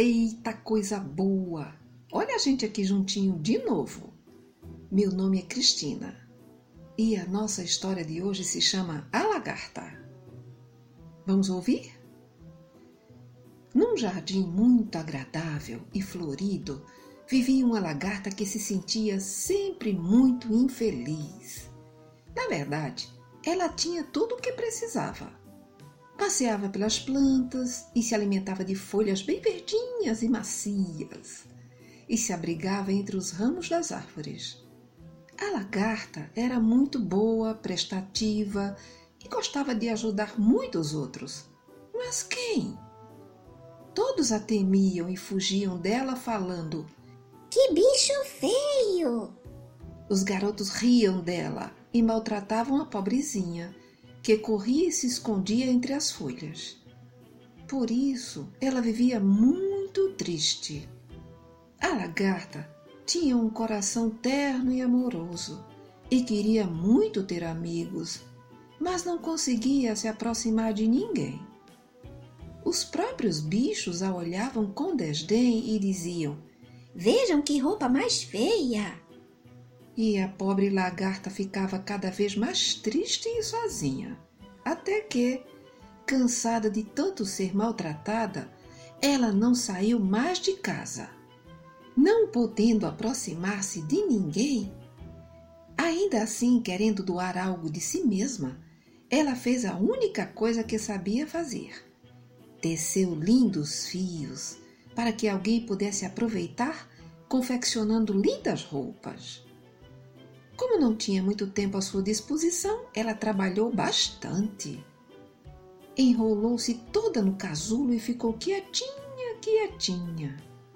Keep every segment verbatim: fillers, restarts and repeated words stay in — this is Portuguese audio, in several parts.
Eita, coisa boa! Olha a gente aqui juntinho de novo. Meu nome é Cristina e a nossa história de hoje se chama A Lagarta. Vamos ouvir? Num jardim muito agradável e florido, vivia uma lagarta que se sentia sempre muito infeliz. Na verdade, ela tinha tudo o que precisava. Passeava pelas plantas e se alimentava de folhas bem verdinhas e macias, e se abrigava entre os ramos das árvores. A lagarta era muito boa, prestativa e gostava de ajudar muito os outros. Mas quem? Todos a temiam e fugiam dela falando: "Que bicho feio!" Os garotos riam dela e maltratavam a pobrezinha, que corria e se escondia entre as folhas. Por isso, ela vivia muito triste. A lagarta tinha um coração terno e amoroso e queria muito ter amigos, mas não conseguia se aproximar de ninguém. Os próprios bichos a olhavam com desdém e diziam: "Vejam que roupa mais feia!" E a pobre lagarta ficava cada vez mais triste e sozinha, até que, cansada de tanto ser maltratada, ela não saiu mais de casa. Não podendo aproximar-se de ninguém, ainda assim querendo doar algo de si mesma, ela fez a única coisa que sabia fazer. Teceu lindos fios para que alguém pudesse aproveitar, confeccionando lindas roupas. Como não tinha muito tempo à sua disposição, ela trabalhou bastante. Enrolou-se toda no casulo e ficou quietinha, quietinha.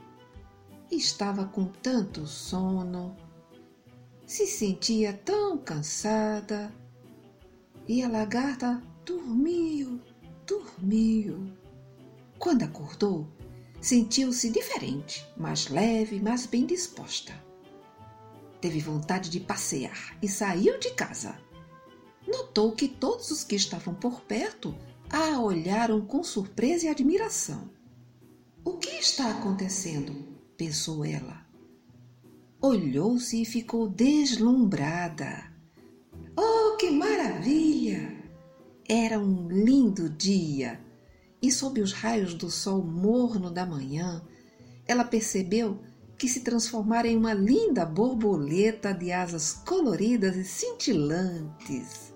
Estava com tanto sono, se sentia tão cansada, e a lagarta dormiu, dormiu. Quando acordou, sentiu-se diferente, mais leve, mais bem disposta. Teve vontade de passear e saiu de casa. Notou que todos os que estavam por perto a olharam com surpresa e admiração. "O que está acontecendo?" pensou ela. Olhou-se e ficou deslumbrada. Oh, que maravilha! Era um lindo dia e, sob os raios do sol morno da manhã, ela percebeu que se transformara em uma linda borboleta de asas coloridas e cintilantes.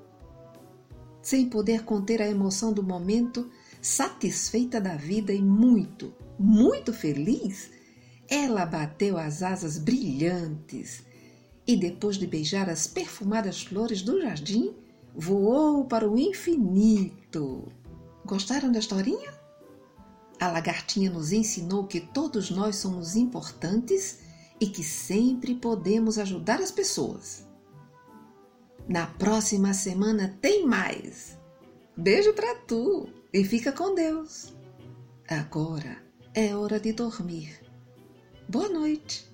Sem poder conter a emoção do momento, satisfeita da vida e muito, muito feliz, ela bateu as asas brilhantes e, depois de beijar as perfumadas flores do jardim, voou para o infinito. Gostaram da historinha? A lagartinha nos ensinou que todos nós somos importantes e que sempre podemos ajudar as pessoas. Na próxima semana tem mais. Beijo pra tu e fica com Deus. Agora é hora de dormir. Boa noite.